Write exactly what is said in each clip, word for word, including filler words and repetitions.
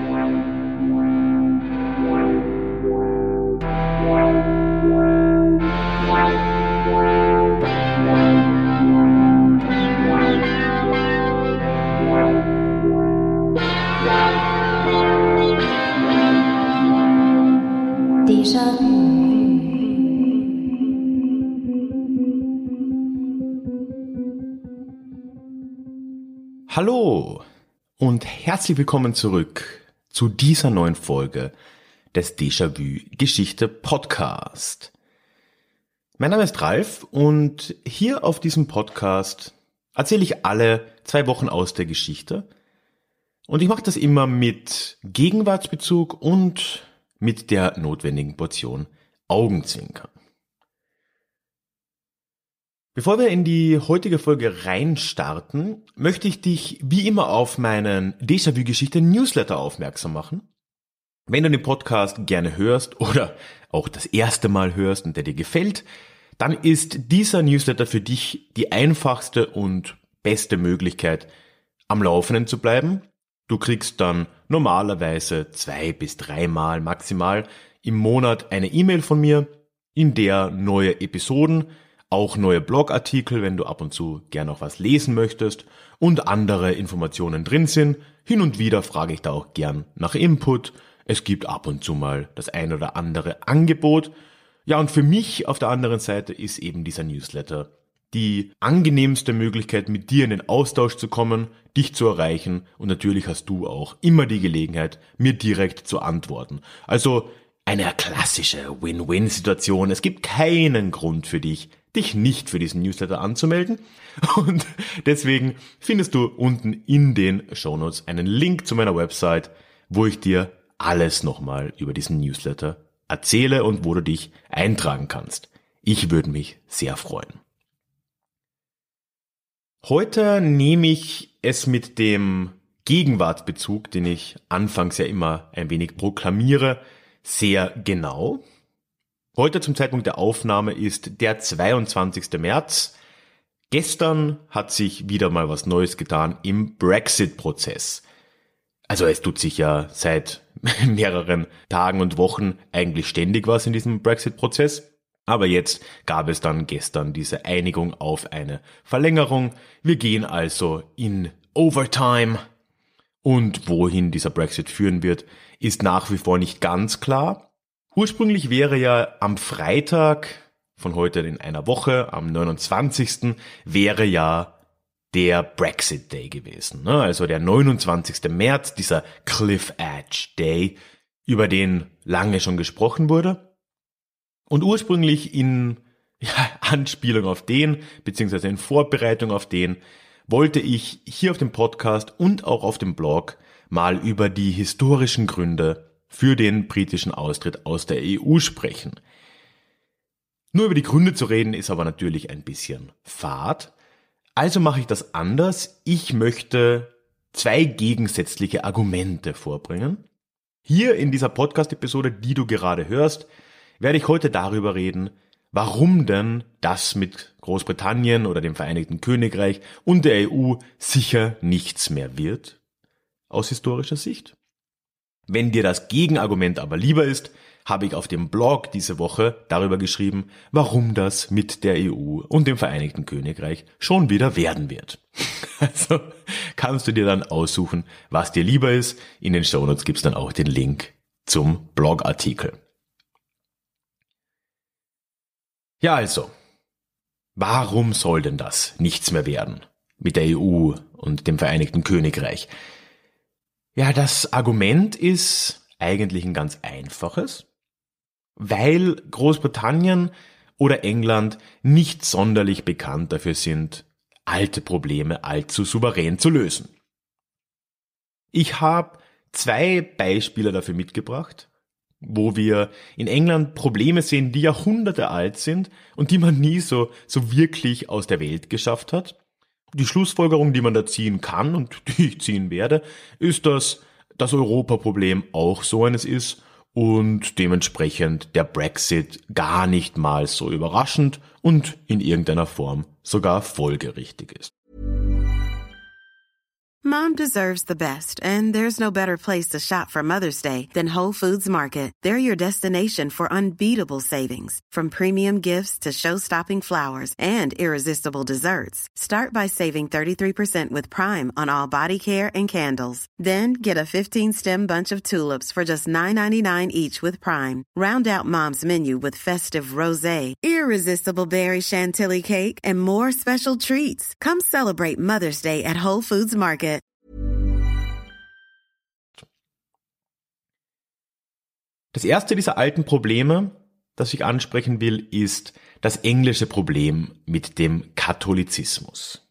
Hallo und herzlich willkommen zurück zu dieser neuen Folge des Déjà-vu Geschichte Podcast. Mein Name ist Ralf und hier auf diesem Podcast erzähle ich alle zwei Wochen aus der Geschichte und ich mache das immer mit Gegenwartsbezug und mit der notwendigen Portion Augenzwinkern. Bevor wir in die heutige Folge reinstarten, möchte ich dich wie immer auf meinen Déjà-vu-Geschichte-Newsletter aufmerksam machen. Wenn du den Podcast gerne hörst oder auch das erste Mal hörst und der dir gefällt, dann ist dieser Newsletter für dich die einfachste und beste Möglichkeit, am Laufenden zu bleiben. Du kriegst dann normalerweise zwei bis dreimal maximal im Monat eine E-Mail von mir, in der neue Episoden, auch neue Blogartikel, wenn du ab und zu gern noch was lesen möchtest und andere Informationen drin sind. Hin und wieder frage ich da auch gern nach Input. Es gibt ab und zu mal das ein oder andere Angebot. Ja, und für mich auf der anderen Seite ist eben dieser Newsletter die angenehmste Möglichkeit, mit dir in den Austausch zu kommen, dich zu erreichen und natürlich hast du auch immer die Gelegenheit, mir direkt zu antworten. Also eine klassische Win-Win-Situation. Es gibt keinen Grund für dich, dich nicht für diesen Newsletter anzumelden. Und deswegen findest du unten in den Shownotes einen Link zu meiner Website, wo ich dir alles nochmal über diesen Newsletter erzähle und wo du dich eintragen kannst. Ich würde mich sehr freuen. Heute nehme ich es mit dem Gegenwartsbezug, den ich anfangs ja immer ein wenig proklamiere, sehr genau. Heute zum Zeitpunkt der Aufnahme ist der zweiundzwanzigster März. Gestern hat sich wieder mal was Neues getan im Brexit-Prozess. Also es tut sich ja seit mehreren Tagen und Wochen eigentlich ständig was in diesem Brexit-Prozess. Aber jetzt gab es dann gestern diese Einigung auf eine Verlängerung. Wir gehen also in Overtime. Und wohin dieser Brexit führen wird, ist nach wie vor nicht ganz klar. Ursprünglich wäre ja am Freitag von heute in einer Woche, am neunundzwanzigsten wäre ja der Brexit Day gewesen. Also der neunundzwanzigster März, dieser Cliff Edge Day, über den lange schon gesprochen wurde. Und ursprünglich in ja, Anspielung auf den, beziehungsweise in Vorbereitung auf den, wollte ich hier auf dem Podcast und auch auf dem Blog mal über die historischen Gründe für den britischen Austritt aus der E U sprechen. Nur über die Gründe zu reden ist aber natürlich ein bisschen fad. Also mache ich das anders. Ich möchte zwei gegensätzliche Argumente vorbringen. Hier in dieser Podcast-Episode, die du gerade hörst, werde ich heute darüber reden, warum denn das mit Großbritannien oder dem Vereinigten Königreich und der E U sicher nichts mehr wird, aus historischer Sicht. Wenn dir das Gegenargument aber lieber ist, habe ich auf dem Blog diese Woche darüber geschrieben, warum das mit der E U und dem Vereinigten Königreich schon wieder werden wird. Also kannst du dir dann aussuchen, was dir lieber ist. In den Shownotes gibt es dann auch den Link zum Blogartikel. Ja, also, warum soll denn das nichts mehr werden mit der E U und dem Vereinigten Königreich? Ja, das Argument ist eigentlich ein ganz einfaches, weil Großbritannien oder England nicht sonderlich bekannt dafür sind, alte Probleme allzu souverän zu lösen. Ich habe zwei Beispiele dafür mitgebracht, wo wir in England Probleme sehen, die Jahrhunderte alt sind und die man nie so, so wirklich aus der Welt geschafft hat. Die Schlussfolgerung, die man da ziehen kann und die ich ziehen werde, ist, dass das Europaproblem auch so eines ist und dementsprechend der Brexit gar nicht mal so überraschend und in irgendeiner Form sogar folgerichtig ist. Mom deserves the best, and there's no better place to shop for Mother's Day than Whole Foods Market. They're your destination for unbeatable savings, from premium gifts to show-stopping flowers and irresistible desserts. Start by saving thirty-three percent with Prime on all body care and candles. Then get a fifteen-stem bunch of tulips for just nine ninety-nine each with Prime. Round out Mom's menu with festive rosé, irresistible berry chantilly cake, and more special treats. Come celebrate Mother's Day at Whole Foods Market. Das erste dieser alten Probleme, das ich ansprechen will, ist das englische Problem mit dem Katholizismus.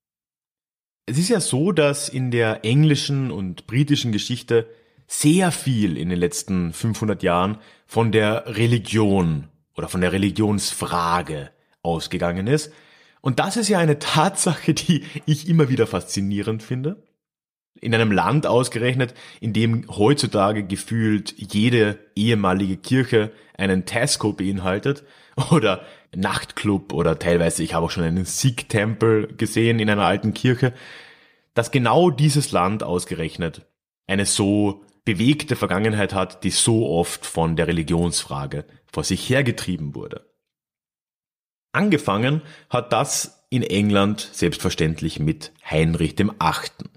Es ist ja so, dass in der englischen und britischen Geschichte sehr viel in den letzten fünfhundert Jahren von der Religion oder von der Religionsfrage ausgegangen ist. Und das ist ja eine Tatsache, die ich immer wieder faszinierend finde. In einem Land ausgerechnet, in dem heutzutage gefühlt jede ehemalige Kirche einen Tesco beinhaltet oder Nachtclub oder teilweise, ich habe auch schon einen Sikh-Tempel gesehen in einer alten Kirche, dass genau dieses Land ausgerechnet eine so bewegte Vergangenheit hat, die so oft von der Religionsfrage vor sich hergetrieben wurde. Angefangen hat das in England selbstverständlich mit Heinrich der Achte.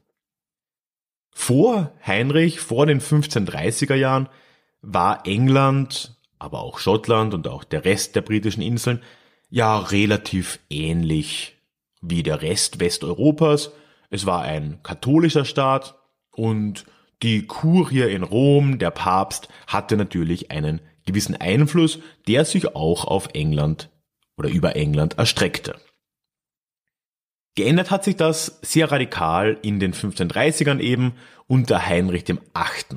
Vor Heinrich, vor den fünfzehnhundertdreißiger Jahren, war England, aber auch Schottland und auch der Rest der britischen Inseln ja relativ ähnlich wie der Rest Westeuropas. Es war ein katholischer Staat und die Kurie in Rom, der Papst, hatte natürlich einen gewissen Einfluss, der sich auch auf England oder über England erstreckte. Geändert hat sich das sehr radikal in den fünfzehnhundertdreißigern eben unter Heinrich der Achte.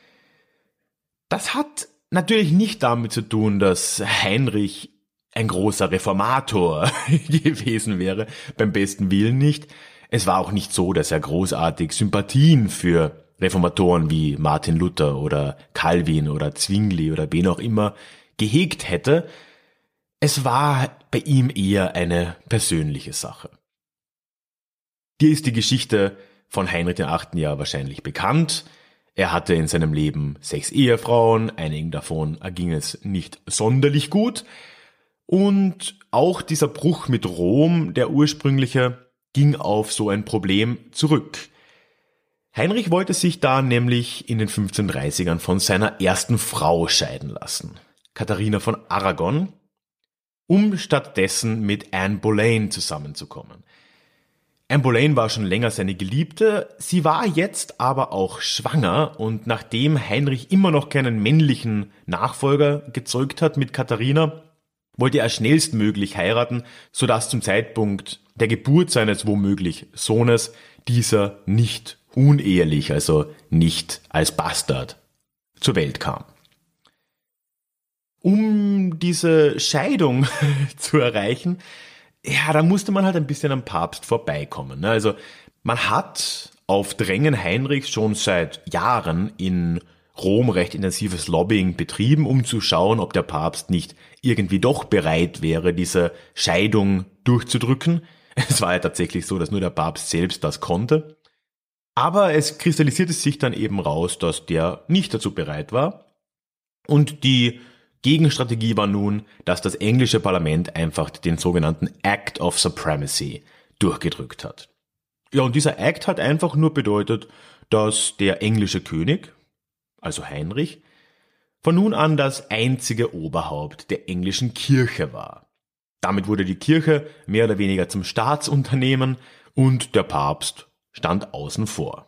Das hat natürlich nicht damit zu tun, dass Heinrich ein großer Reformator gewesen wäre, beim besten Willen nicht. Es war auch nicht so, dass er großartig Sympathien für Reformatoren wie Martin Luther oder Calvin oder Zwingli oder wen auch immer gehegt hätte. Es war bei ihm eher eine persönliche Sache. Dir ist die Geschichte von Heinrich der Achte ja wahrscheinlich bekannt. Er hatte in seinem Leben sechs Ehefrauen, einigen davon erging es nicht sonderlich gut. Und auch dieser Bruch mit Rom, der ursprüngliche, ging auf so ein Problem zurück. Heinrich wollte sich da nämlich in den fünfzehnhundertdreißigern von seiner ersten Frau scheiden lassen, Katharina von Aragon, um stattdessen mit Anne Boleyn zusammenzukommen. Anne Boleyn war schon länger seine Geliebte, sie war jetzt aber auch schwanger und nachdem Heinrich immer noch keinen männlichen Nachfolger gezeugt hat mit Katharina, wollte er schnellstmöglich heiraten, sodass zum Zeitpunkt der Geburt seines womöglich Sohnes dieser nicht unehelich, also nicht als Bastard zur Welt kam. Um diese Scheidung zu erreichen, ja, da musste man halt ein bisschen am Papst vorbeikommen. Also man hat auf Drängen Heinrichs schon seit Jahren in Rom recht intensives Lobbying betrieben, um zu schauen, ob der Papst nicht irgendwie doch bereit wäre, diese Scheidung durchzudrücken. Es war ja tatsächlich so, dass nur der Papst selbst das konnte. Aber es kristallisierte sich dann eben raus, dass der nicht dazu bereit war. Und die Gegenstrategie war nun, dass das englische Parlament einfach den sogenannten Act of Supremacy durchgedrückt hat. Ja, und dieser Act hat einfach nur bedeutet, dass der englische König, also Heinrich, von nun an das einzige Oberhaupt der englischen Kirche war. Damit wurde die Kirche mehr oder weniger zum Staatsunternehmen und der Papst stand außen vor.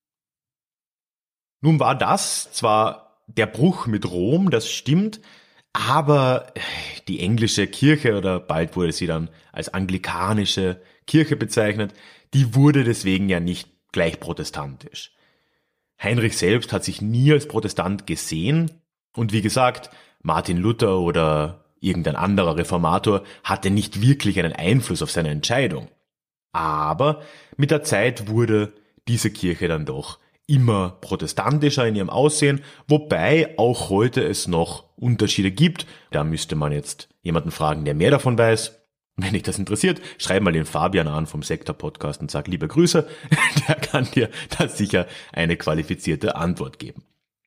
Nun war das zwar der Bruch mit Rom, das stimmt, aber die englische Kirche, oder bald wurde sie dann als anglikanische Kirche bezeichnet, die wurde deswegen ja nicht gleich protestantisch. Heinrich selbst hat sich nie als Protestant gesehen und wie gesagt, Martin Luther oder irgendein anderer Reformator hatte nicht wirklich einen Einfluss auf seine Entscheidung. Aber mit der Zeit wurde diese Kirche dann doch immer protestantischer in ihrem Aussehen, wobei auch heute es noch Unterschiede gibt. Da müsste man jetzt jemanden fragen, der mehr davon weiß. Wenn dich das interessiert, schreib mal den Fabian an vom Sektor-Podcast und sag liebe Grüße. Der kann dir da sicher eine qualifizierte Antwort geben.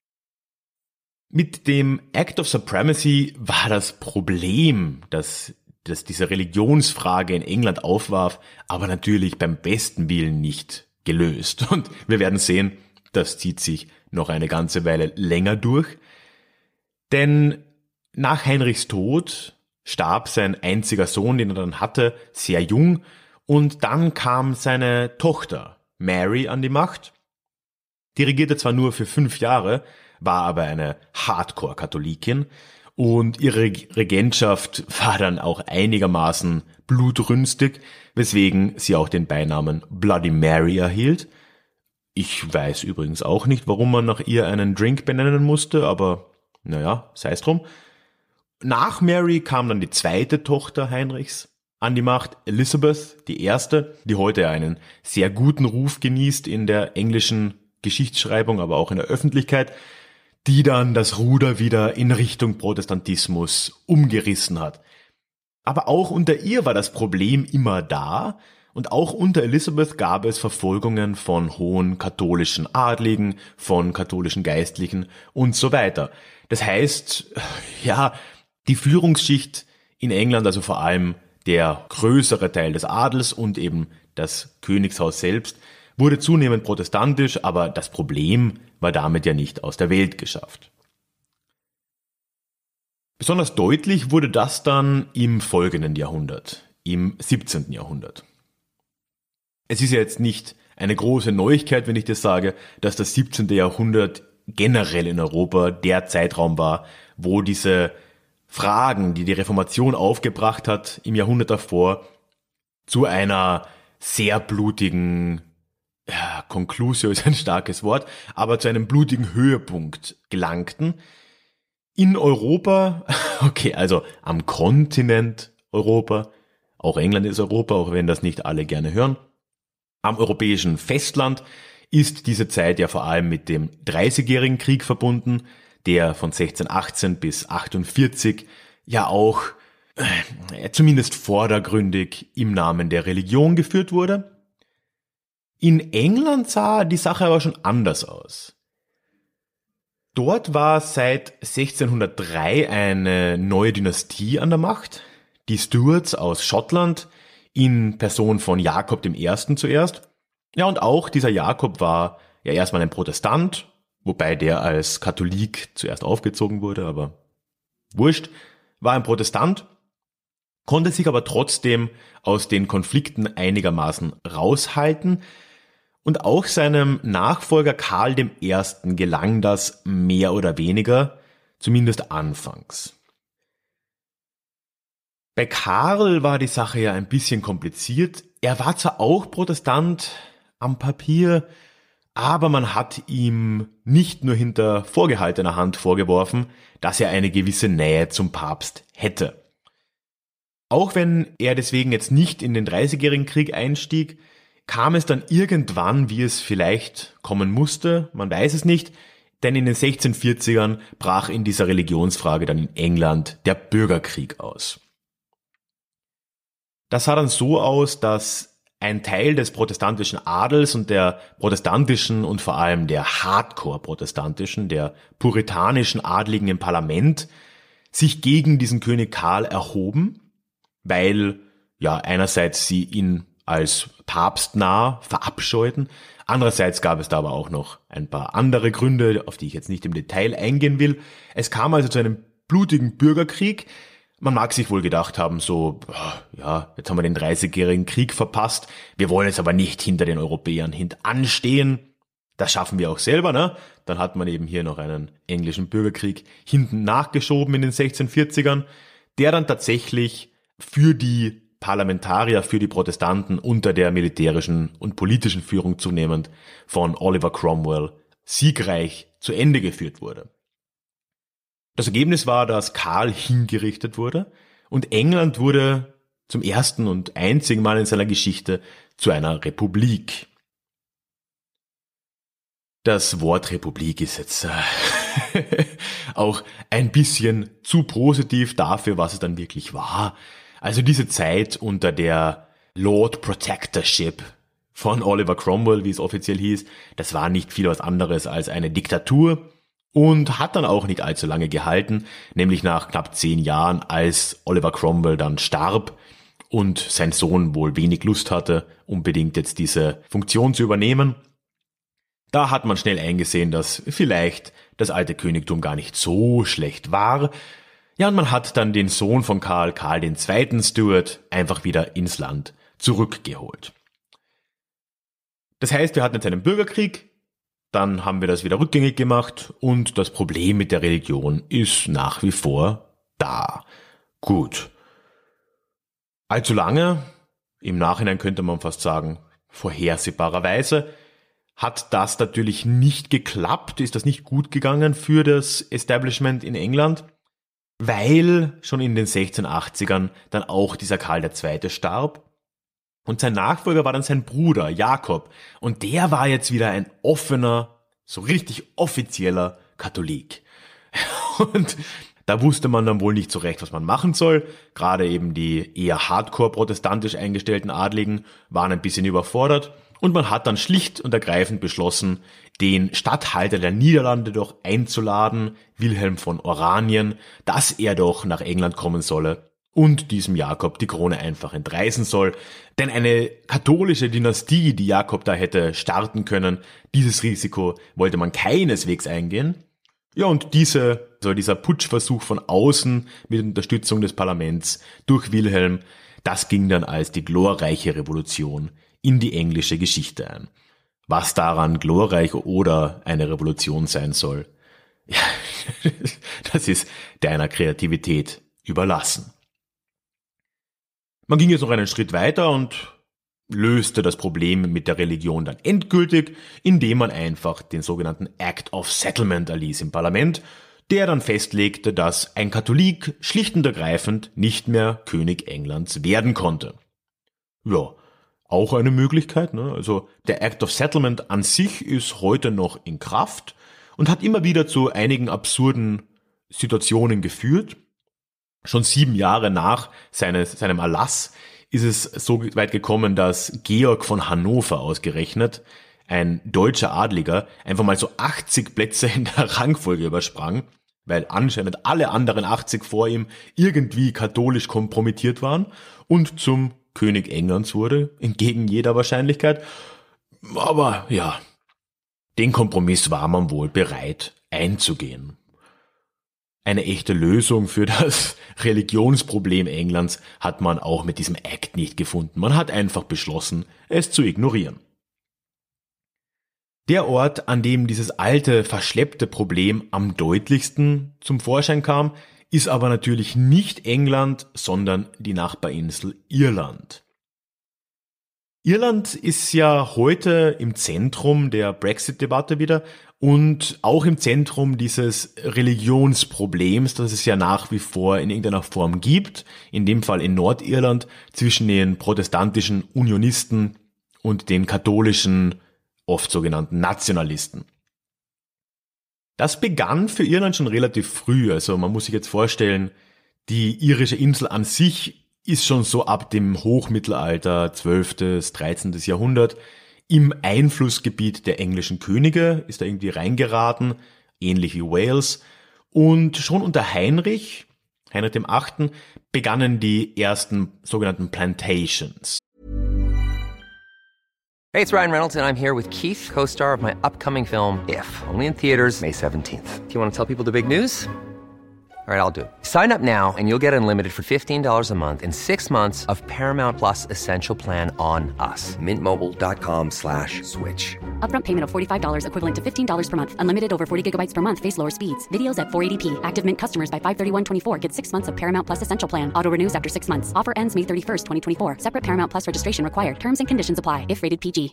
Mit dem Act of Supremacy war das Problem, dass, dass diese Religionsfrage in England aufwarf, aber natürlich beim besten Willen nicht gelöst. Und wir werden sehen, das zieht sich noch eine ganze Weile länger durch. Denn nach Heinrichs Tod starb sein einziger Sohn, den er dann hatte, sehr jung, und dann kam seine Tochter Mary an die Macht. Die regierte zwar nur für fünf Jahre, war aber eine Hardcore-Katholikin, und ihre Regentschaft war dann auch einigermaßen blutrünstig, weswegen sie auch den Beinamen Bloody Mary erhielt. Ich weiß übrigens auch nicht, warum man nach ihr einen Drink benennen musste, aber naja, sei's drum. Nach Mary kam dann die zweite Tochter Heinrichs an die Macht, Elizabeth, die erste, die heute einen sehr guten Ruf genießt in der englischen Geschichtsschreibung, aber auch in der Öffentlichkeit, die dann das Ruder wieder in Richtung Protestantismus umgerissen hat. Aber auch unter ihr war das Problem immer da, und auch unter Elizabeth gab es Verfolgungen von hohen katholischen Adligen, von katholischen Geistlichen und so weiter. Das heißt, ja, die Führungsschicht in England, also vor allem der größere Teil des Adels und eben das Königshaus selbst, wurde zunehmend protestantisch, aber das Problem war damit ja nicht aus der Welt geschafft. Besonders deutlich wurde das dann im folgenden Jahrhundert, im siebzehnten Jahrhundert. Es ist ja jetzt nicht eine große Neuigkeit, wenn ich dir sage, dass das siebzehnte Jahrhundert generell in Europa der Zeitraum war, wo diese Fragen, die die Reformation aufgebracht hat im Jahrhundert davor, zu einer sehr blutigen, ja, Conclusio ist ein starkes Wort, aber zu einem blutigen Höhepunkt gelangten. In Europa, okay, also am Kontinent Europa, auch England ist Europa, auch wenn das nicht alle gerne hören, am europäischen Festland ist diese Zeit ja vor allem mit dem Dreißigjährigen Krieg verbunden, der von sechzehnhundertachtzehn bis achtundvierzig ja auch äh, zumindest vordergründig im Namen der Religion geführt wurde. In England sah die Sache aber schon anders aus. Dort war seit sechzehnhundertdrei eine neue Dynastie an der Macht, die Stuarts aus Schottland in Person von Jakob dem Ersten zuerst. Ja, und auch dieser Jakob war ja erstmal ein Protestant, wobei der als Katholik zuerst aufgezogen wurde, aber wurscht, war ein Protestant, konnte sich aber trotzdem aus den Konflikten einigermaßen raushalten, und auch seinem Nachfolger Karl dem Ersten gelang das mehr oder weniger, zumindest anfangs. Bei Karl war die Sache ja ein bisschen kompliziert. Er war zwar auch Protestant am Papier, aber man hat ihm nicht nur hinter vorgehaltener Hand vorgeworfen, dass er eine gewisse Nähe zum Papst hätte. Auch wenn er deswegen jetzt nicht in den Dreißigjährigen Krieg einstieg, kam es dann irgendwann, wie es vielleicht kommen musste, man weiß es nicht, denn in den sechzehnhundertvierzigern brach in dieser Religionsfrage dann in England der Bürgerkrieg aus. Das sah dann so aus, dass ein Teil des protestantischen Adels und der protestantischen und vor allem der Hardcore-protestantischen, der puritanischen Adligen im Parlament sich gegen diesen König Karl erhoben, weil ja einerseits sie ihn als papstnah verabscheuten, andererseits gab es da aber auch noch ein paar andere Gründe, auf die ich jetzt nicht im Detail eingehen will. Es kam also zu einem blutigen Bürgerkrieg. Man mag sich wohl gedacht haben, so, ja, jetzt haben wir den Dreißigjährigen Krieg verpasst, wir wollen jetzt aber nicht hinter den Europäern hintanstehen. Das schaffen wir auch selber, ne? Dann hat man eben hier noch einen englischen Bürgerkrieg hinten nachgeschoben in den sechzehnhundertvierzigern, der dann tatsächlich für die Parlamentarier, für die Protestanten unter der militärischen und politischen Führung zunehmend von Oliver Cromwell siegreich zu Ende geführt wurde. Das Ergebnis war, dass Karl hingerichtet wurde und England wurde zum ersten und einzigen Mal in seiner Geschichte zu einer Republik. Das Wort Republik ist jetzt äh, auch ein bisschen zu positiv dafür, was es dann wirklich war. Also diese Zeit unter der Lord Protectorship von Oliver Cromwell, wie es offiziell hieß, das war nicht viel was anderes als eine Diktatur und hat dann auch nicht allzu lange gehalten, nämlich nach knapp zehn Jahren, als Oliver Cromwell dann starb und sein Sohn wohl wenig Lust hatte, unbedingt jetzt diese Funktion zu übernehmen. Da hat man schnell eingesehen, dass vielleicht das alte Königtum gar nicht so schlecht war. Ja, und man hat dann den Sohn von Karl, Karl der Zweite. Stuart, einfach wieder ins Land zurückgeholt. Das heißt, wir hatten jetzt einen Bürgerkrieg, dann haben wir das wieder rückgängig gemacht und das Problem mit der Religion ist nach wie vor da. Gut. Allzu lange, im Nachhinein könnte man fast sagen, vorhersehbarerweise, hat das natürlich nicht geklappt, ist das nicht gut gegangen für das Establishment in England, weil schon in den sechzehnhundertachtzigern dann auch dieser Karl der Zweite. Starb. Und sein Nachfolger war dann sein Bruder Jakob. Und der war jetzt wieder ein offener, so richtig offizieller Katholik. Und da wusste man dann wohl nicht so recht, was man machen soll. Gerade eben die eher hardcore protestantisch eingestellten Adligen waren ein bisschen überfordert. Und man hat dann schlicht und ergreifend beschlossen, den Statthalter der Niederlande doch einzuladen, Wilhelm von Oranien, dass er doch nach England kommen solle und diesem Jakob die Krone einfach entreißen soll. Denn eine katholische Dynastie, die Jakob da hätte starten können, dieses Risiko wollte man keineswegs eingehen. Ja, und diese, also dieser Putschversuch von außen mit Unterstützung des Parlaments durch Wilhelm, das ging dann als die glorreiche Revolution in die englische Geschichte ein. Was daran glorreich oder eine Revolution sein soll, ja, das ist deiner Kreativität überlassen. Man ging jetzt noch einen Schritt weiter und löste das Problem mit der Religion dann endgültig, indem man einfach den sogenannten Act of Settlement erließ im Parlament, der dann festlegte, dass ein Katholik schlicht und ergreifend nicht mehr König Englands werden konnte. Ja, auch eine Möglichkeit, ne? Also der Act of Settlement an sich ist heute noch in Kraft und hat immer wieder zu einigen absurden Situationen geführt. Schon sieben Jahre nach seines, seinem Erlass ist es so weit gekommen, dass Georg von Hannover ausgerechnet, ein deutscher Adliger, einfach mal so achtzig Plätze in der Rangfolge übersprang, weil anscheinend alle anderen achtzig vor ihm irgendwie katholisch kompromittiert waren und zum König Englands wurde, entgegen jeder Wahrscheinlichkeit. Aber ja, den Kompromiss war man wohl bereit einzugehen. Eine echte Lösung für das Religionsproblem Englands hat man auch mit diesem Act nicht gefunden. Man hat einfach beschlossen, es zu ignorieren. Der Ort, an dem dieses alte, verschleppte Problem am deutlichsten zum Vorschein kam, ist aber natürlich nicht England, sondern die Nachbarinsel Irland. Irland ist ja heute im Zentrum der Brexit-Debatte wieder und auch im Zentrum dieses Religionsproblems, das es ja nach wie vor in irgendeiner Form gibt, in dem Fall in Nordirland zwischen den protestantischen Unionisten und den katholischen, oft sogenannten Nationalisten. Das begann für Irland schon relativ früh, also man muss sich jetzt vorstellen, die irische Insel an sich ist schon so ab dem Hochmittelalter, zwölftes, dreizehntes Jahrhundert, im Einflussgebiet der englischen Könige, ist da irgendwie reingeraten, ähnlich wie Wales. Und schon unter Heinrich, Heinrich der Achte, begannen die ersten sogenannten Plantations. Hey, it's Ryan Reynolds, and I'm here with Keith, co-star of my upcoming film, If, only in theaters May seventeenth. Do you want to tell people the big news? All right, I'll do it. Sign up now and you'll get unlimited for fifteen dollars a month and six months of Paramount Plus Essential Plan on us. Mint Mobile dot com slash switch. Upfront payment of forty-five dollars equivalent to fifteen dollars per month. Unlimited over forty gigabytes per month. Face lower speeds. Videos at four eighty p. Active Mint customers by five thirty-one twenty-four get six months of Paramount Plus Essential Plan. Auto renews after six months. Offer ends May thirty-first, twenty twenty-four. Separate Paramount Plus registration required. Terms and conditions apply if rated P G.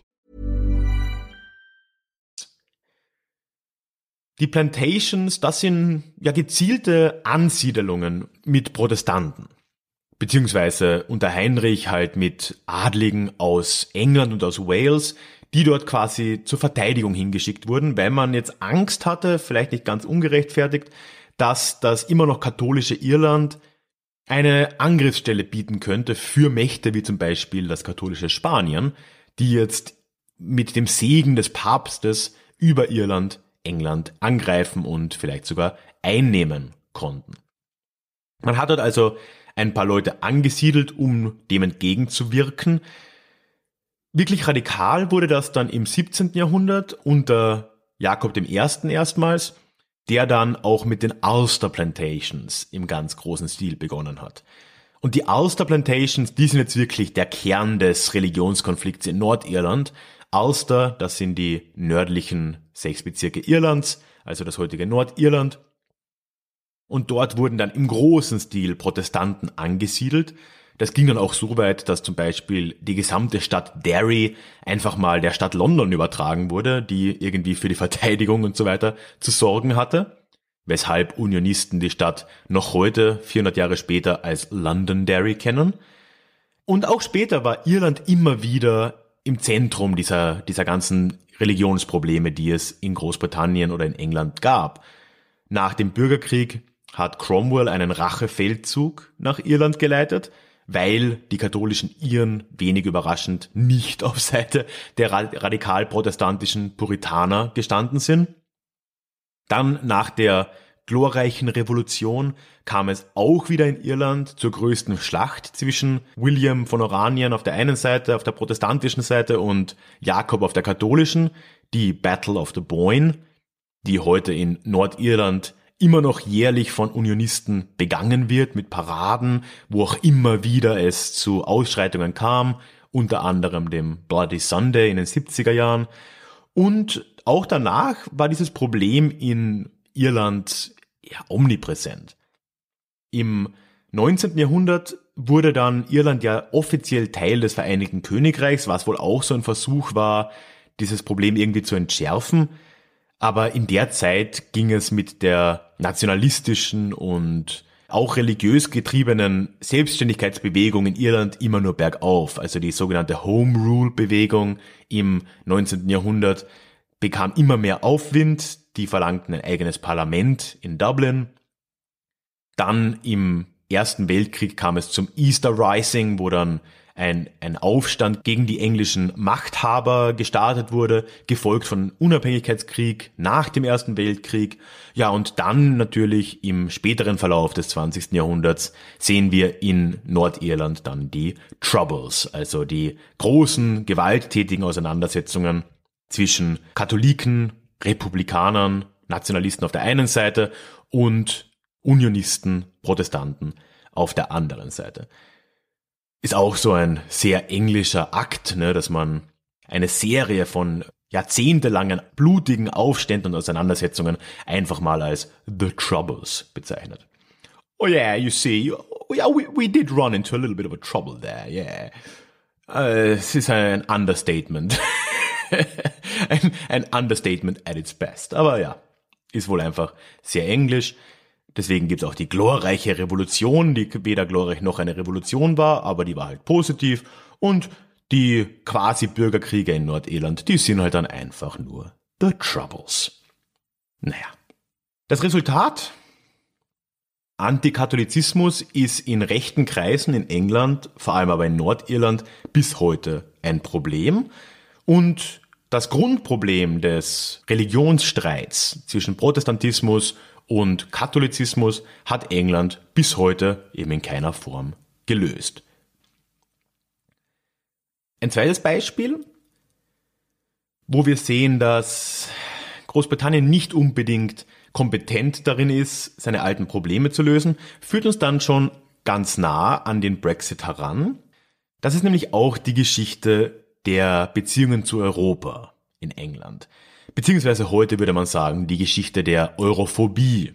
Die Plantations, das sind ja gezielte Ansiedelungen mit Protestanten, beziehungsweise unter Heinrich halt mit Adligen aus England und aus Wales, die dort quasi zur Verteidigung hingeschickt wurden, weil man jetzt Angst hatte, vielleicht nicht ganz ungerechtfertigt, dass das immer noch katholische Irland eine Angriffsstelle bieten könnte für Mächte wie zum Beispiel das katholische Spanien, die jetzt mit dem Segen des Papstes über Irland, England angreifen und vielleicht sogar einnehmen konnten. Man hat dort also ein paar Leute angesiedelt, um dem entgegenzuwirken. Wirklich radikal wurde das dann im siebzehnten Jahrhundert unter Jakob I. erstmals, der dann auch mit den Ulster Plantations im ganz großen Stil begonnen hat. Und die Ulster Plantations, die sind jetzt wirklich der Kern des Religionskonflikts in Nordirland. Ulster, das sind die nördlichen sechs Bezirke Irlands, also das heutige Nordirland. Und dort wurden dann im großen Stil Protestanten angesiedelt. Das ging dann auch so weit, dass zum Beispiel die gesamte Stadt Derry einfach mal der Stadt London übertragen wurde, die irgendwie für die Verteidigung und so weiter zu sorgen hatte, weshalb Unionisten die Stadt noch heute, vierhundert Jahre später, als Londonderry kennen. Und auch später war Irland immer wieder im Zentrum dieser, dieser ganzen Religionsprobleme, die es in Großbritannien oder in England gab. Nach dem Bürgerkrieg hat Cromwell einen Rachefeldzug nach Irland geleitet, weil die katholischen Iren, wenig überraschend, nicht auf Seite der radikal-protestantischen Puritaner gestanden sind. Dann nach der glorreichen Revolution kam es auch wieder in Irland zur größten Schlacht zwischen William von Oranien auf der einen Seite, auf der protestantischen Seite, und Jakob auf der katholischen, die Battle of the Boyne, die heute in Nordirland immer noch jährlich von Unionisten begangen wird, mit Paraden, wo auch immer wieder es zu Ausschreitungen kam, unter anderem dem Bloody Sunday in den siebziger Jahren. Und auch danach war dieses Problem in Irland ja omnipräsent. Im neunzehnten Jahrhundert wurde dann Irland ja offiziell Teil des Vereinigten Königreichs, was wohl auch so ein Versuch war, dieses Problem irgendwie zu entschärfen. Aber in der Zeit ging es mit der nationalistischen und auch religiös getriebenen Selbstständigkeitsbewegung in Irland immer nur bergauf. Also die sogenannte Home Rule Bewegung im neunzehnten Jahrhundert bekam immer mehr Aufwind. Die verlangten ein eigenes Parlament in Dublin. Dann im Ersten Weltkrieg kam es zum Easter Rising, wo dann ein, ein Aufstand gegen die englischen Machthaber gestartet wurde, gefolgt von Unabhängigkeitskrieg nach dem Ersten Weltkrieg. Ja, und dann natürlich im späteren Verlauf des zwanzigsten Jahrhunderts sehen wir in Nordirland dann die Troubles, also die großen, gewalttätigen Auseinandersetzungen zwischen Katholiken, Republikanern, Nationalisten auf der einen Seite und Unionisten, Protestanten auf der anderen Seite. Ist auch so ein sehr englischer Akt, ne, dass man eine Serie von jahrzehntelangen blutigen Aufständen und Auseinandersetzungen einfach mal als The Troubles bezeichnet. Oh yeah, you see, yeah, we, we did run into a little bit of a trouble there, yeah. Uh, es ist ein Understatement. ein, ein Understatement at its best. Aber ja, ist wohl einfach sehr englisch. Deswegen gibt es auch die glorreiche Revolution, die weder glorreich noch eine Revolution war, aber die war halt positiv. Und die quasi Bürgerkriege in Nordirland, die sind halt dann einfach nur The Troubles. Naja. Das Resultat? Antikatholizismus ist in rechten Kreisen in England, vor allem aber in Nordirland, bis heute ein Problem. Und das Grundproblem des Religionsstreits zwischen Protestantismus und Katholizismus hat England bis heute eben in keiner Form gelöst. Ein zweites Beispiel, wo wir sehen, dass Großbritannien nicht unbedingt kompetent darin ist, seine alten Probleme zu lösen, führt uns dann schon ganz nah an den Brexit heran. Das ist nämlich auch die Geschichte der Beziehungen zu Europa in England. Beziehungsweise heute würde man sagen, die Geschichte der Europhobie.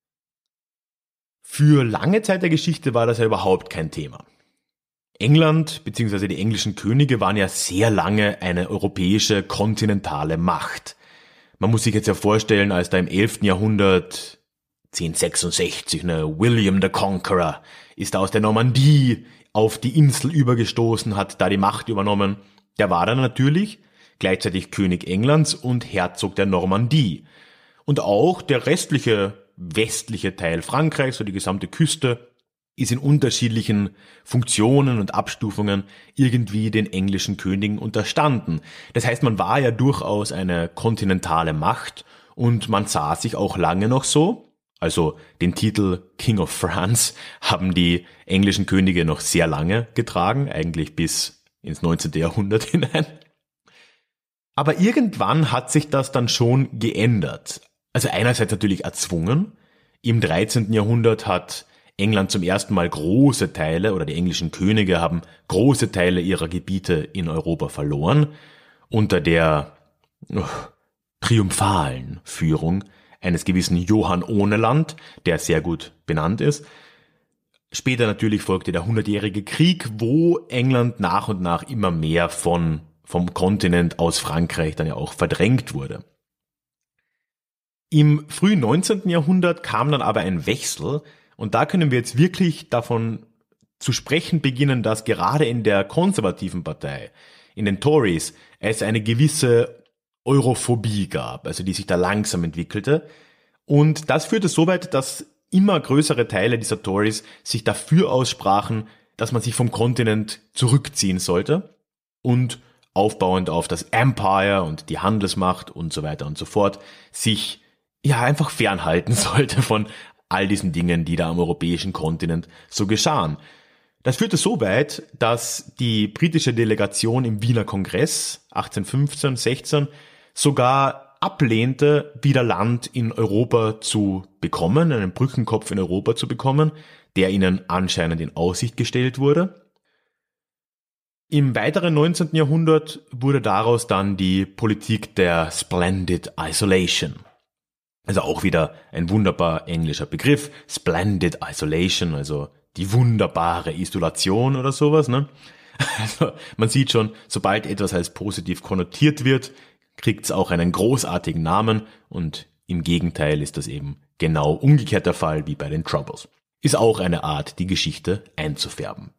Für lange Zeit der Geschichte war das ja überhaupt kein Thema. England beziehungsweise die englischen Könige waren ja sehr lange eine europäische kontinentale Macht. Man muss sich jetzt ja vorstellen, als da im elften Jahrhundert, zehnhundertsechsundsechzig, ne, William the Conqueror ist da aus der Normandie auf die Insel übergestoßen, hat da die Macht übernommen. Der war dann natürlich gleichzeitig König Englands und Herzog der Normandie. Und auch der restliche westliche Teil Frankreichs, so die gesamte Küste, ist in unterschiedlichen Funktionen und Abstufungen irgendwie den englischen Königen unterstanden. Das heißt, man war ja durchaus eine kontinentale Macht und man sah sich auch lange noch so. Also den Titel King of France haben die englischen Könige noch sehr lange getragen, eigentlich bis ins neunzehnte Jahrhundert hinein. Aber irgendwann hat sich das dann schon geändert. Also einerseits natürlich erzwungen. Im dreizehnten Jahrhundert hat England zum ersten Mal große Teile, oder die englischen Könige haben große Teile ihrer Gebiete in Europa verloren, unter der oh, triumphalen Führung eines gewissen Johann Ohneland, der sehr gut benannt ist. Später natürlich folgte der Hundertjährige Krieg, wo England nach und nach immer mehr von, vom Kontinent aus Frankreich dann ja auch verdrängt wurde. Im frühen neunzehnten Jahrhundert kam dann aber ein Wechsel, und da können wir jetzt wirklich davon zu sprechen beginnen, dass gerade in der konservativen Partei, in den Tories, es eine gewisse Europhobie gab, also die sich da langsam entwickelte. Und das führte so weit, dass immer größere Teile dieser Tories sich dafür aussprachen, dass man sich vom Kontinent zurückziehen sollte und aufbauend auf das Empire und die Handelsmacht und so weiter und so fort sich ja einfach fernhalten sollte von all diesen Dingen, die da am europäischen Kontinent so geschahen. Das führte so weit, dass die britische Delegation im Wiener Kongress achtzehnhundertfünfzehn sechzehn sogar ablehnte, wieder Land in Europa zu bekommen, einen Brückenkopf in Europa zu bekommen, der ihnen anscheinend in Aussicht gestellt wurde. Im weiteren neunzehnten Jahrhundert wurde daraus dann die Politik der Splendid Isolation. Also auch wieder ein wunderbar englischer Begriff, Splendid Isolation, also die wunderbare Isolation oder sowas, ne? Also man sieht schon, sobald etwas als positiv konnotiert wird, kriegt es auch einen großartigen Namen, und im Gegenteil ist das eben genau umgekehrt der Fall wie bei den Troubles. Ist auch eine Art, die Geschichte einzufärben.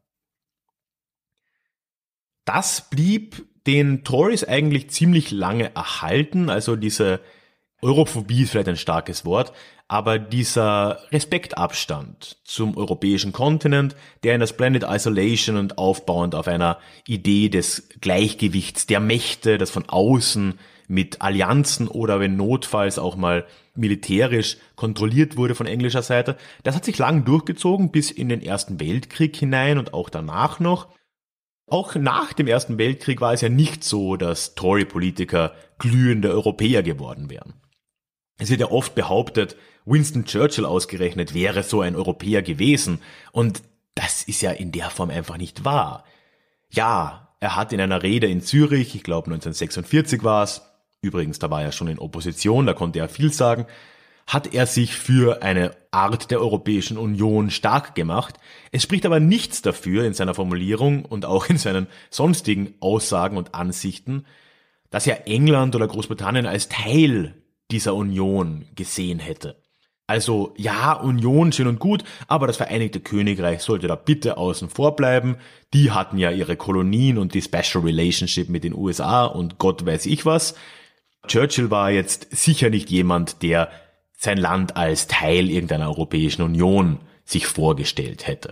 Das blieb den Tories eigentlich ziemlich lange erhalten, also diese Europhobie ist vielleicht ein starkes Wort, aber dieser Respektabstand zum europäischen Kontinent, der in der Splendid Isolation und aufbauend auf einer Idee des Gleichgewichts der Mächte, das von außen mit Allianzen oder wenn notfalls auch mal militärisch kontrolliert wurde von englischer Seite, das hat sich lang durchgezogen bis in den Ersten Weltkrieg hinein und auch danach noch. Auch nach dem Ersten Weltkrieg war es ja nicht so, dass Tory-Politiker glühende Europäer geworden wären. Es wird ja oft behauptet, Winston Churchill ausgerechnet wäre so ein Europäer gewesen, und das ist ja in der Form einfach nicht wahr. Ja, er hat in einer Rede in Zürich, ich glaube neunzehnhundertsechsundvierzig war es, übrigens da war er schon in Opposition, da konnte er viel sagen, hat er sich für eine Art der Europäischen Union stark gemacht. Es spricht aber nichts dafür in seiner Formulierung und auch in seinen sonstigen Aussagen und Ansichten, dass er England oder Großbritannien als Teil dieser Union gesehen hätte. Also ja, Union schön und gut, aber das Vereinigte Königreich sollte da bitte außen vor bleiben. Die hatten ja ihre Kolonien und die Special Relationship mit den U S A und Gott weiß ich was. Churchill war jetzt sicher nicht jemand, der sein Land als Teil irgendeiner Europäischen Union sich vorgestellt hätte.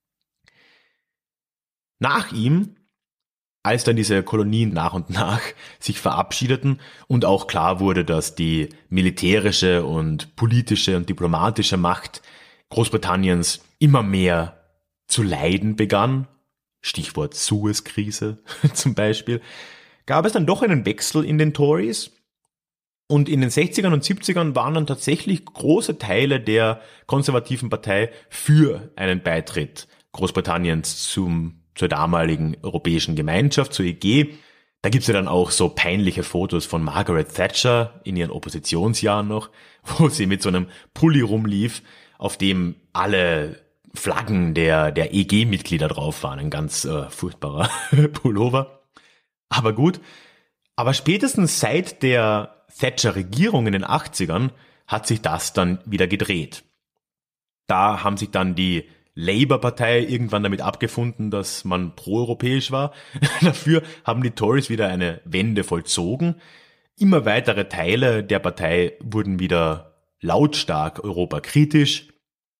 Nach ihm, als dann diese Kolonien nach und nach sich verabschiedeten und auch klar wurde, dass die militärische und politische und diplomatische Macht Großbritanniens immer mehr zu leiden begann, Stichwort Suez-Krise zum Beispiel, gab es dann doch einen Wechsel in den Tories. Und in den sechzigern und siebzigern waren dann tatsächlich große Teile der konservativen Partei für einen Beitritt Großbritanniens zum zur damaligen Europäischen Gemeinschaft, zur E G. Da gibt's ja dann auch so peinliche Fotos von Margaret Thatcher in ihren Oppositionsjahren noch, wo sie mit so einem Pulli rumlief, auf dem alle Flaggen der der E G-Mitglieder drauf waren. Ein ganz äh, furchtbarer Pullover. Aber gut. Aber spätestens seit der Thatcher-Regierung in den achtzigern hat sich das dann wieder gedreht. Da haben sich dann die Labour-Partei irgendwann damit abgefunden, dass man proeuropäisch war. Dafür haben die Tories wieder eine Wende vollzogen. Immer weitere Teile der Partei wurden wieder lautstark europakritisch.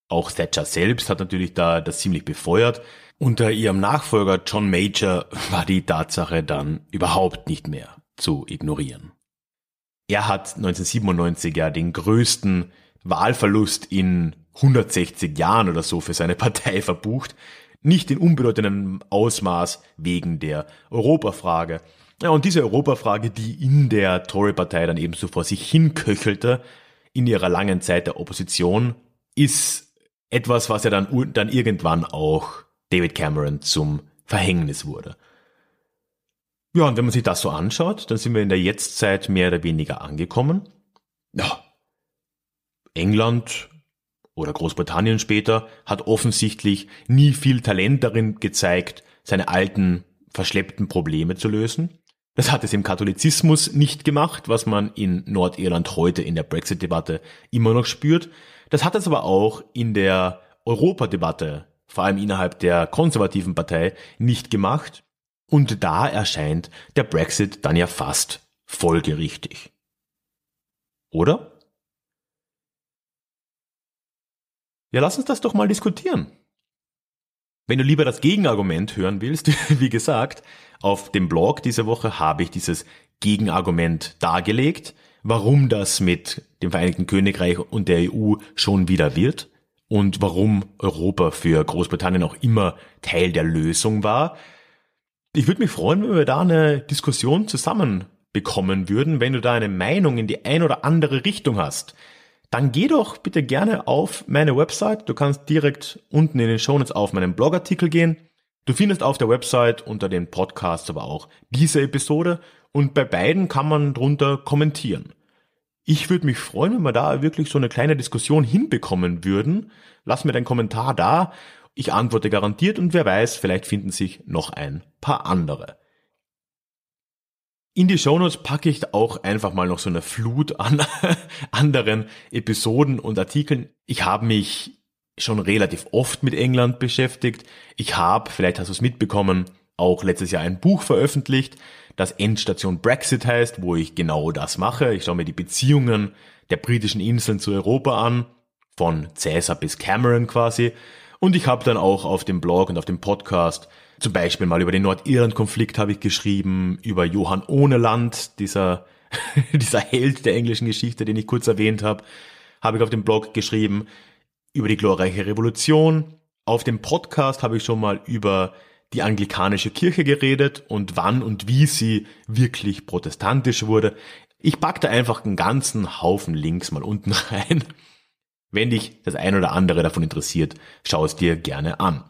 Auch Thatcher selbst hat natürlich da das ziemlich befeuert. Unter ihrem Nachfolger John Major war die Tatsache dann überhaupt nicht mehr zu ignorieren. Er hat neunzehnhundertsiebenundneunzig ja den größten Wahlverlust in hundertsechzig Jahren oder so für seine Partei verbucht. Nicht in unbedeutendem Ausmaß wegen der Europafrage. Ja, und diese Europafrage, die in der Tory-Partei dann ebenso vor sich hinköchelte, in ihrer langen Zeit der Opposition, ist etwas, was ja dann, dann irgendwann auch David Cameron zum Verhängnis wurde. Ja, und wenn man sich das so anschaut, dann sind wir in der Jetztzeit mehr oder weniger angekommen. Ja, England oder Großbritannien später hat offensichtlich nie viel Talent darin gezeigt, seine alten, verschleppten Probleme zu lösen. Das hat es im Katholizismus nicht gemacht, was man in Nordirland heute in der Brexit-Debatte immer noch spürt. Das hat es aber auch in der Europadebatte, vor allem innerhalb der konservativen Partei, nicht gemacht. Und da erscheint der Brexit dann ja fast folgerichtig. Oder? Ja, lass uns das doch mal diskutieren. Wenn du lieber das Gegenargument hören willst, wie gesagt, auf dem Blog diese Woche habe ich dieses Gegenargument dargelegt, warum das mit dem Vereinigten Königreich und der E U schon wieder wird und warum Europa für Großbritannien auch immer Teil der Lösung war. Ich würde mich freuen, wenn wir da eine Diskussion zusammen bekommen würden. Wenn du da eine Meinung in die ein oder andere Richtung hast, dann geh doch bitte gerne auf meine Website. Du kannst direkt unten in den Shownotes auf meinen Blogartikel gehen. Du findest auf der Website unter den Podcasts aber auch diese Episode und bei beiden kann man drunter kommentieren. Ich würde mich freuen, wenn wir da wirklich so eine kleine Diskussion hinbekommen würden. Lass mir deinen Kommentar da. Ich antworte garantiert und wer weiß, vielleicht finden sich noch ein paar andere. In die Shownotes packe ich auch einfach mal noch so eine Flut an anderen Episoden und Artikeln. Ich habe mich schon relativ oft mit England beschäftigt. Ich habe, vielleicht hast du es mitbekommen, auch letztes Jahr ein Buch veröffentlicht, das Endstation Brexit heißt, wo ich genau das mache. Ich schaue mir die Beziehungen der britischen Inseln zu Europa an, von Caesar bis Cameron quasi. Und ich habe dann auch auf dem Blog und auf dem Podcast zum Beispiel mal über den Nordirland-Konflikt habe ich geschrieben, über Johann Ohneland, dieser, dieser Held der englischen Geschichte, den ich kurz erwähnt habe, habe ich auf dem Blog geschrieben, über die glorreiche Revolution. Auf dem Podcast habe ich schon mal über die anglikanische Kirche geredet und wann und wie sie wirklich protestantisch wurde. Ich packe da einfach einen ganzen Haufen Links mal unten rein. Wenn dich das ein oder andere davon interessiert, schau es dir gerne an.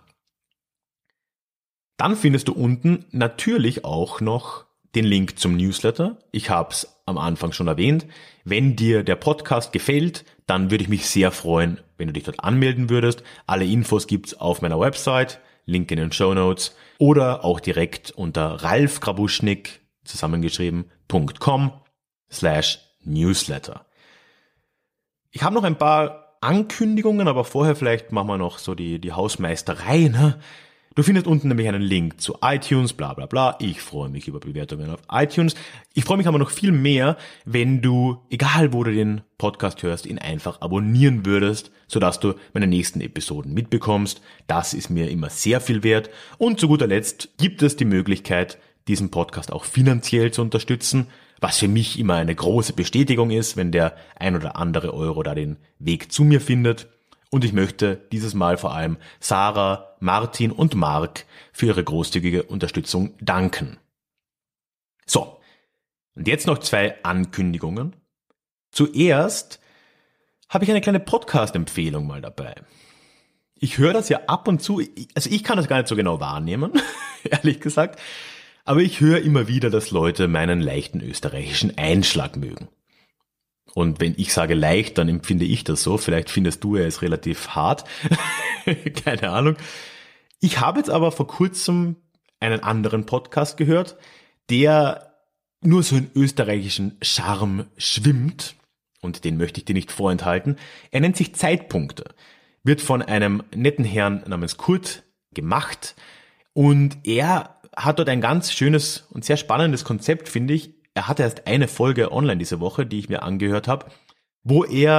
Dann findest du unten natürlich auch noch den Link zum Newsletter. Ich habe es am Anfang schon erwähnt. Wenn dir der Podcast gefällt, dann würde ich mich sehr freuen, wenn du dich dort anmelden würdest. Alle Infos gibt's auf meiner Website, Link in den Shownotes oder auch direkt unter ralfgrabuschnik zusammengeschrieben .com slash newsletter. Ich habe noch ein paar Ankündigungen, aber vorher vielleicht machen wir noch so die, die Hausmeisterei, ne? Du findest unten nämlich einen Link zu iTunes, bla bla bla. Ich freue mich über Bewertungen auf iTunes. Ich freue mich aber noch viel mehr, wenn du, egal wo du den Podcast hörst, ihn einfach abonnieren würdest, sodass du meine nächsten Episoden mitbekommst. Das ist mir immer sehr viel wert. Und zu guter Letzt gibt es die Möglichkeit, diesen Podcast auch finanziell zu unterstützen, was für mich immer eine große Bestätigung ist, wenn der ein oder andere Euro da den Weg zu mir findet. Und ich möchte dieses Mal vor allem Sarah, Martin und Mark für ihre großzügige Unterstützung danken. So, und jetzt noch zwei Ankündigungen. Zuerst habe ich eine kleine Podcast-Empfehlung mal dabei. Ich höre das ja ab und zu, also ich kann das gar nicht so genau wahrnehmen, ehrlich gesagt, aber ich höre immer wieder, dass Leute meinen leichten österreichischen Einschlag mögen. Und wenn ich sage leicht, dann empfinde ich das so. Vielleicht findest du, er ist relativ hart. Keine Ahnung. Ich habe jetzt aber vor kurzem einen anderen Podcast gehört, der nur so in österreichischen Charme schwimmt. Und den möchte ich dir nicht vorenthalten. Er nennt sich Zeitpunkte. Wird von einem netten Herrn namens Kurt gemacht. Und er hat dort ein ganz schönes und sehr spannendes Konzept, finde ich. Er hatte erst eine Folge online diese Woche, die ich mir angehört habe, wo er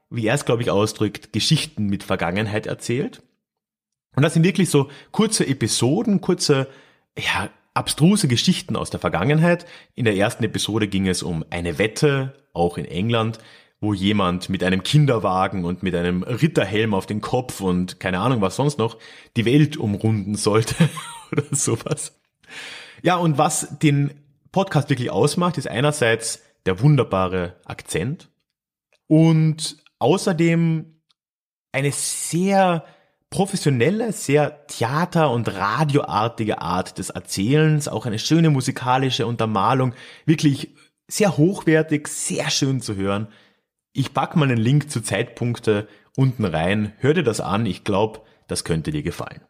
wie er es, glaube ich, ausdrückt, Geschichten mit Vergangenheit erzählt. Und das sind wirklich so kurze Episoden, kurze, ja, abstruse Geschichten aus der Vergangenheit. In der ersten Episode ging es um eine Wette, auch in England, wo jemand mit einem Kinderwagen und mit einem Ritterhelm auf den Kopf und keine Ahnung was sonst noch die Welt umrunden sollte oder sowas. Ja, und was den Podcast wirklich ausmacht, ist einerseits der wunderbare Akzent und außerdem eine sehr professionelle, sehr theater- und radioartige Art des Erzählens, auch eine schöne musikalische Untermalung, wirklich sehr hochwertig, sehr schön zu hören. Ich pack mal einen Link zu Zeitpunkte unten rein, hör dir das an, ich glaube, das könnte dir gefallen.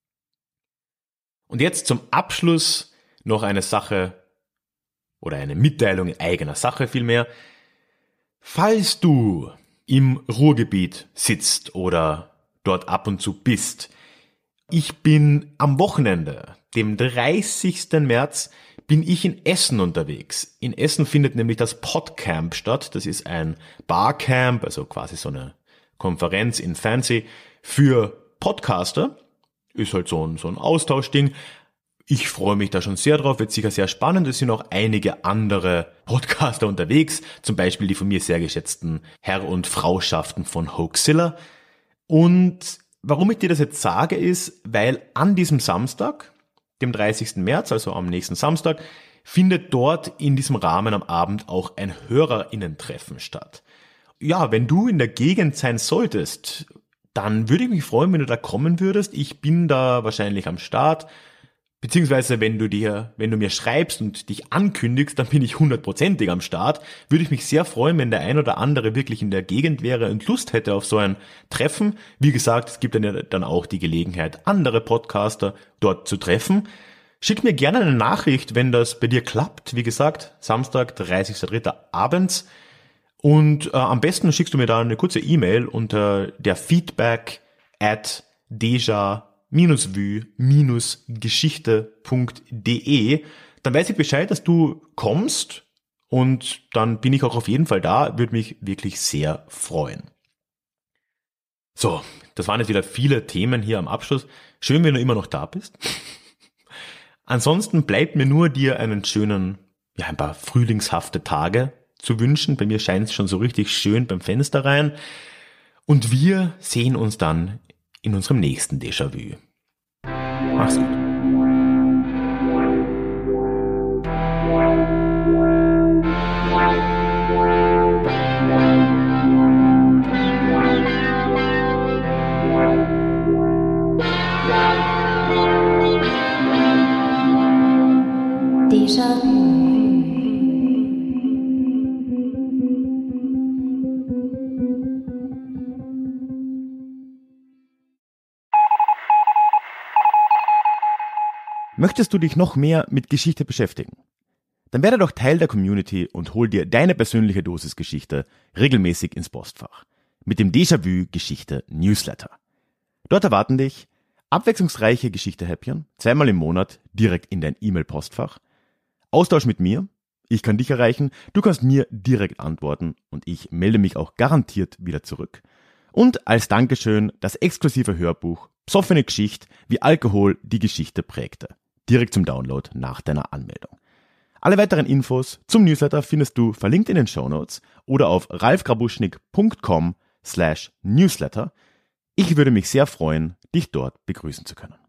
Und jetzt zum Abschluss noch eine Sache oder eine Mitteilung in eigener Sache vielmehr. Falls du im Ruhrgebiet sitzt oder dort ab und zu bist. Ich bin am Wochenende, dem dreißigsten März, bin ich in Essen unterwegs. In Essen findet nämlich das Podcamp statt. Das ist ein Barcamp, also quasi so eine Konferenz in Fancy für Podcaster. Ist halt so ein, so ein Austauschding. Ich freue mich da schon sehr drauf, wird sicher sehr spannend. Es sind auch einige andere Podcaster unterwegs, zum Beispiel die von mir sehr geschätzten Herr- und Frauschaften von Hoaxilla. Und warum ich dir das jetzt sage, ist, weil an diesem Samstag, dem dreißigsten März, also am nächsten Samstag, findet dort in diesem Rahmen am Abend auch ein HörerInnen-Treffen statt. Ja, wenn du in der Gegend sein solltest, dann würde ich mich freuen, wenn du da kommen würdest. Ich bin da wahrscheinlich am Start. Beziehungsweise wenn du dir, wenn du mir schreibst und dich ankündigst, dann bin ich hundertprozentig am Start. Würde ich mich sehr freuen, wenn der ein oder andere wirklich in der Gegend wäre und Lust hätte auf so ein Treffen. Wie gesagt, es gibt dann ja dann auch die Gelegenheit, andere Podcaster dort zu treffen. Schick mir gerne eine Nachricht, wenn das bei dir klappt. Wie gesagt, Samstag, dreißigsten dritten abends. Und äh, am besten schickst du mir da eine kurze E-Mail unter der feedback at deja vue-geschichte punkt de. Dann weiß ich Bescheid, dass du kommst und dann bin ich auch auf jeden Fall da, würde mich wirklich sehr freuen. So, das waren jetzt wieder viele Themen hier am Abschluss. Schön, wenn du immer noch da bist. Ansonsten bleibt mir nur dir einen schönen, ja, ein paar frühlingshafte Tage zu wünschen. Bei mir scheint es schon so richtig schön beim Fenster rein. Und wir sehen uns dann in unserem nächsten Déjà-vu. Mach's gut. Déjà-vu. Möchtest du dich noch mehr mit Geschichte beschäftigen? Dann werde doch Teil der Community und hol dir deine persönliche Dosis Geschichte regelmäßig ins Postfach. Mit dem Déjà-vu Geschichte Newsletter. Dort erwarten dich abwechslungsreiche Geschichte-Häppchen, zweimal im Monat direkt in dein E-Mail-Postfach. Austausch mit mir, ich kann dich erreichen, du kannst mir direkt antworten und ich melde mich auch garantiert wieder zurück. Und als Dankeschön das exklusive Hörbuch Psoffene Geschichte, wie Alkohol die Geschichte prägte. Direkt zum Download nach deiner Anmeldung. Alle weiteren Infos zum Newsletter findest du verlinkt in den Shownotes oder auf ralfgrabuschnik punkt com slash newsletter. Ich würde mich sehr freuen, dich dort begrüßen zu können.